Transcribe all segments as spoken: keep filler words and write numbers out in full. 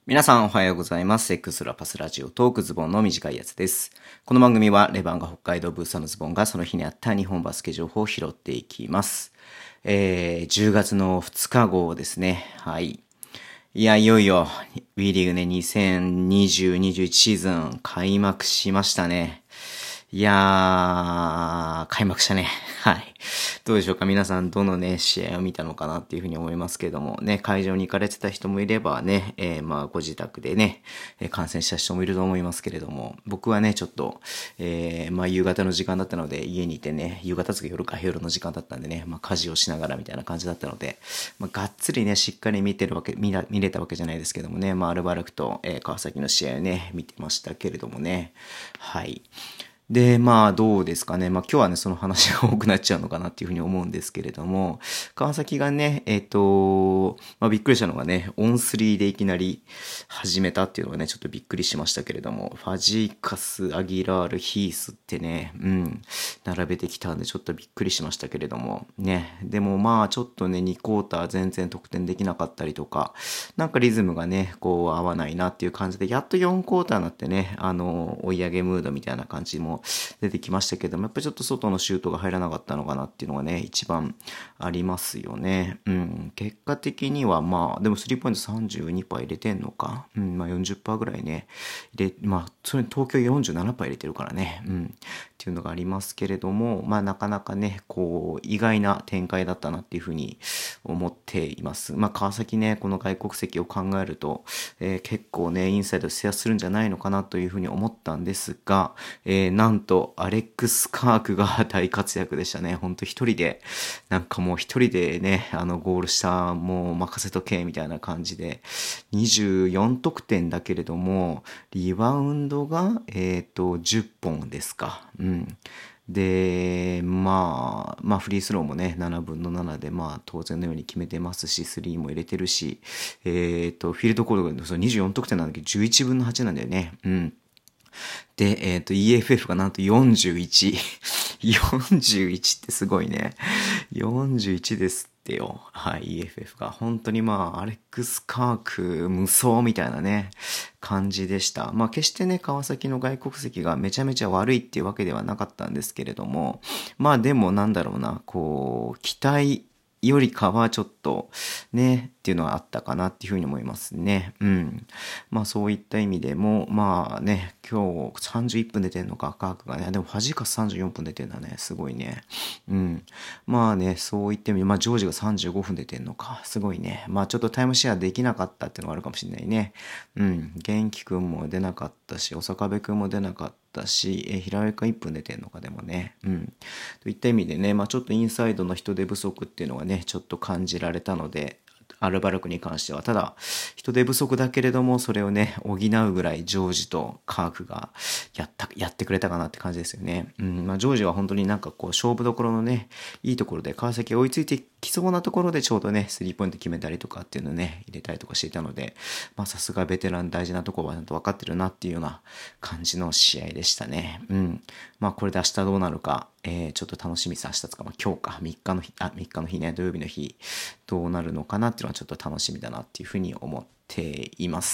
皆さんおはようございます。X ラパスラジオトークズボンの短いやつです。この番組はレバンが北海道ブースターのズボンがその日にあった日本バスケ情報を拾っていきます。えー、じゅうがつのふつか号ですね。はい。いや、いよいよ WE リーグね、にせんにじゅう、にじゅういちシーズン開幕しましたね。いやー、開幕したね。はい。どうでしょうか皆さんどのね、試合を見たのかなっていうふうに思いますけれども、ね、会場に行かれてた人もいればね、えー、まあ、ご自宅でね、えー、観戦した人もいると思いますけれども、僕はね、ちょっと、えー、まあ、夕方の時間だったので、家にいてね、夕方つか夜か夜の時間だったんでね、まあ、家事をしながらみたいな感じだったので、まあ、がっつりね、しっかり見てるわけ、見ら、見れたわけじゃないですけどもね、まあ、アルバルクと、えー、川崎の試合をね、見てましたけれどもね、はい。で、まあどうですかね。まあ今日はね、その話が多くなっちゃうのかなっていうふうに思うんですけれども、川崎がね、えっと、まあびっくりしたのがね、オンスリーでいきなり始めたっていうのがね、ちょっとびっくりしましたけれども、ファジーカス、アギラール、ヒースってね、うん、並べてきたんでちょっとびっくりしましたけれども、ね、でもまあちょっとね、にクォーター全然得点できなかったりとか、なんかリズムがね、こう合わないなっていう感じで、やっとよんクォーターになってね、あの、追い上げムードみたいな感じも出てきましたけども、やっぱりちょっと外のシュートが入らなかったのかなっていうのがね、一番ありますよね。うん。結果的にはまあ、でもスリーポイント さんじゅうにパーセント 入れてんのか。うん、まあよんじゅっパーセント ぐらいね。入れ、まあ、それに東京 よんじゅうななパーセント 入れてるからね。うん。っていうのがありますけれども、まあなかなかね、こう、意外な展開だったなっていうふうに思っています。まあ川崎ね、この外国籍を考えると、えー、結構ね、インサイド制圧するんじゃないのかなというふうに思ったんですが、えー、なんと、アレックス・カークが大活躍でしたね。ほんと一人で、なんかもう一人でね、あの、ゴールした、もう任せとけ、みたいな感じで、にじゅうよん得点だけれども、リバウンドが、えっと、じゅっぽんですか。うん。で、まあ、まあフリースローもね、ななぶんのななで、まあ当然のように決めてますし、スリーも入れてるし、えっと、フィールドゴールドがにじゅうよん得点なんだけど、じゅういちぶんのはちなんだよね。うん。で、えっと、イーエフエフ がなんとよんじゅういち。よんじゅういちってすごいね。よんじゅういちですってよ。はい、イーエフエフ が。本当にまあ、アレックス・カーク無双みたいなね、感じでした。まあ、決してね、川崎の外国籍がめちゃめちゃ悪いっていうわけではなかったんですけれども、まあでもなんだろうな、こう、期待よりかはちょっとねっていうのはあったかなっていうふうに思いますね。うん。まあそういった意味でもまあね今日さんじゅういっぷん出てんのかカークがねでもファジーカスさんじゅうよんぷん出てんだねすごいね。うん。まあねそういった意味でまあジョージがさんじゅうごふん出てんのかすごいね。まあちょっとタイムシェアできなかったっていうのがあるかもしれないね。うん。元気くんも出なかったし小坂部くんも出なかっただし、えー、平井くんいっぷん出てんのかでもね。うん。といった意味でね、まあちょっとインサイドの人手不足っていうのがね、ちょっと感じられたので、アルバルクに関しては。ただ、人手不足だけれども、それをね、補うぐらいジョージとカークがやった、やってくれたかなって感じですよね。うん、まあ、ジョージは本当になんかこう、勝負どころのね、いいところで、川崎追いついてきそうなところでちょうどね、スリーポイント決めたりとかっていうのをね、入れたりとかしていたので、まあ、さすがベテラン大事なところはちゃんと分かってるなっていうような感じの試合でしたね。うん。まあ、これで明日どうなるか、えー、ちょっと楽しみです。明日つか、まあ、今日か、みっかの日、あ、みっかの日ね、土曜日の日、どうなるのかなっていうのはちょっと楽しみだなっていうふうに思っています。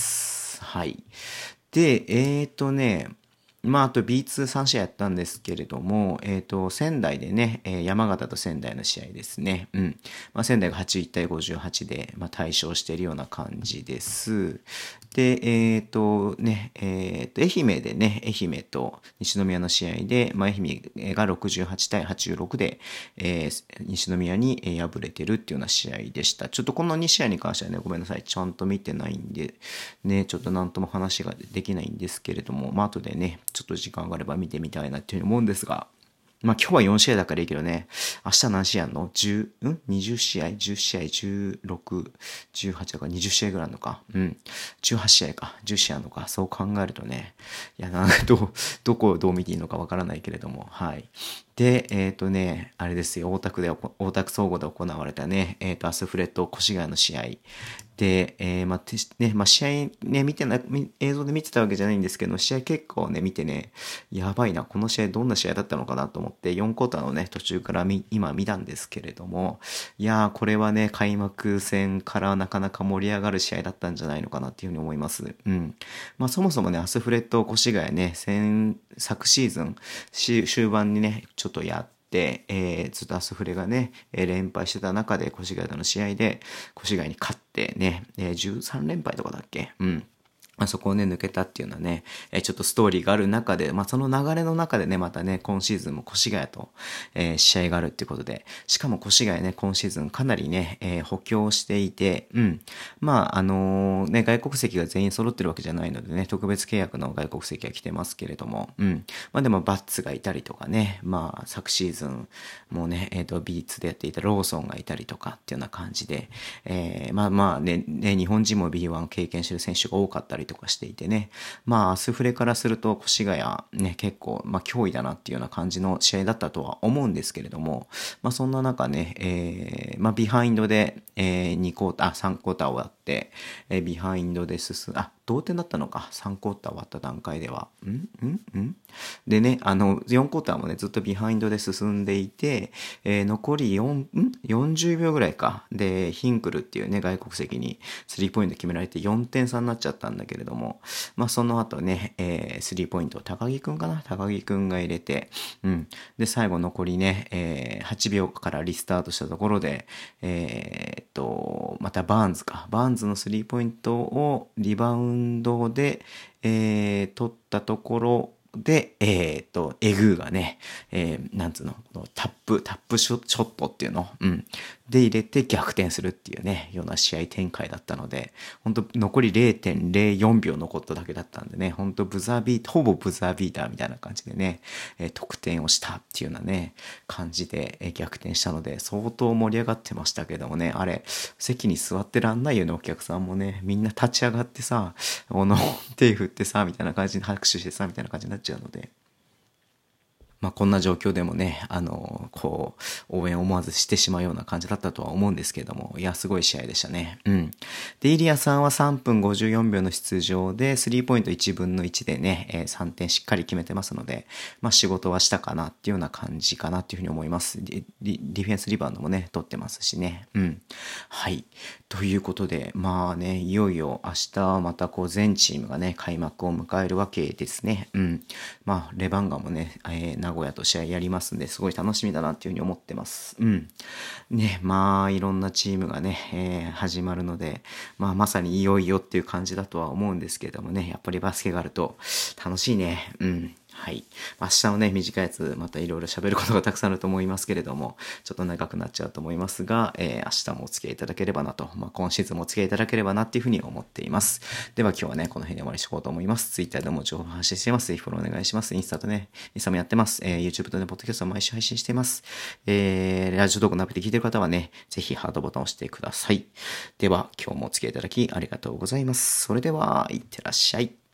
はい。で、えーとね、まあ、あと ビーツーさん 試合やったんですけれども、えっと、仙台でね、えー山形と仙台の試合ですね。うん。まあ、仙台がはちじゅういち対ごじゅうはちで、まあ、大勝しているような感じです。で、えっとね、えっと、愛媛でね、愛媛と西宮の試合で、まあ、愛媛がろくじゅうはち対はちじゅうろくで、えー西宮にえー敗れてるっていうような試合でした。ちょっとこのに試合に関してはね、ごめんなさい。ちゃんと見てないんで、ね、ちょっとなんとも話ができないんですけれども、まあ、後でね、ちょっと時間があれば見てみたいなっていうふうに思うんですが、まあ今日はよん試合だからいいけどね、明日何試合あんの ?じゅう、ん ?にじゅう 試合 ?じゅう 試合、じゅうろく、じゅうはちだからにじゅう試合ぐらいあるのか。うん。じゅうはち試合か。じゅう試合あるのか。そう考えるとね、いや、なんかどう、どこをどう見ていいのかわからないけれども、はい。っで、えっ、とね、あれですよ、大田区で、大田区総合で行われたね、えっ、と、アスフレと越谷の試合。で、えー、まあ、てね、まあ、試合ね、見てな、映像で見てたわけじゃないんですけど、試合結構ね、見てね、やばいな、この試合どんな試合だったのかなと思って、よんクォーターのね、途中からみ今見たんですけれども、いやー、これはね、開幕戦からなかなか盛り上がる試合だったんじゃないのかなっていうふうに思います。うん。まあ、そもそもね、アスフレット越谷ね、先、昨シーズン、終盤にね、ちょっとやって、で、えー、ずっとアスフレがね、えー連敗してた中で、越谷との試合で、越谷に勝ってね、えー、じゅうさん連敗とかだっけうん。まあ、そこをね、抜けたっていうのはね、えーちょっとストーリーがある中で、まあ、その流れの中でね、またね、今シーズンも越谷と、えー試合があるっていうことで、しかも越谷ね、今シーズンかなりね、えー補強していて、うん。まあ、あのね、外国籍が全員揃ってるわけじゃないのでね、特別契約の外国籍が来てますけれども、うん。まあでもバッツがいたりとかね、まあ昨シーズンもね、えっ、と、ビーツでやっていたローソンがいたりとかっていうような感じで、えー、まあまあね、ね、日本人も ビーワン を経験してる選手が多かったりとかしていてね、まあアスフレからすると越谷ね、結構、まあ脅威だなっていうような感じの試合だったとは思うんですけれども、まあそんな中ね、えー、まあビハインドで、えー、にクォーター、あ、さんクォーター終わって、えー、ビハインドで進ん、あ、同点だったのか。さんクォーター終わった段階では。んんんでね、あの、よんクォーターもね、ずっとビハインドで進んでいて、えー残りよん、ん よんじゅう 秒ぐらいか。で、ヒンクルっていうね、外国籍にスリーポイント決められてよんてん差になっちゃったんだけれども、まあその後ね、えー、スリーポイントを高木くんかな高木くんが入れて、うん。で、最後残りね、えー、はちびょうからリスタートしたところで、えー、っと、またバーンズか。バーンズのスリーポイントをリバウンドで、えー、取ったところで、えー、っと、エグーがね、えー、なんつうの、このタップ、タップショショットっていうの、うん。で入れて逆転するっていうね、ような試合展開だったので、本当残り れいてんれいよん 秒残っただけだったんでね、本当ブザービート、ほぼブザービーターみたいな感じでね、えー得点をしたっていうようなね、感じで、えー逆転したので、相当盛り上がってましたけどもね、あれ、席に座ってらんないよね、お客さんもね、みんな立ち上がってさ、この、手振ってさ、みたいな感じで拍手してさ、みたいな感じになっちゃうので、まあこんな状況でもね、あの、こう、応援を思わずしてしまうような感じだったとは思うんですけれども、いや、すごい試合でしたね。うん。で、イリアさんはさんぷんごじゅうよんびょうの出場で、スリーポイントいちぶんのいちでね、えーさんてんしっかり決めてますので、まあ仕事はしたかなっていうような感じかなっていうふうに思います。ディディフェンスリバウンドもね、取ってますしね。うん。はい。ということで、まあね、いよいよ明日またこう全チームがね、開幕を迎えるわけですね。うん。まあ、レバンガもね、えー名古屋と試合やりますんで、すごい楽しみだなっていうふうに思ってます。うん。ね、まあ、いろんなチームがね、えー始まるので、まあ、まさにいよいよっていう感じだとは思うんですけれどもね、やっぱりバスケがあると楽しいね。うん。はい。明日のね、短いやつ、またいろいろ喋ることがたくさんあると思いますけれども、ちょっと長くなっちゃうと思いますが、えー明日もお付き合いいただければなと、まあ、今シーズンもお付き合いいただければなっていうふうに思っています。では今日はね、この辺で終わりにしようと思います。Twitter でも情報発信しています。ぜひフォローお願いします。インスタとね、インスタもやってます。えー YouTube とね、ポッドキャストも毎週配信しています。えーラジオ動画のアプリで聞いてる方はね、ぜひハートボタンを押してください。では、今日もお付き合いいただきありがとうございます。それでは、いってらっしゃい。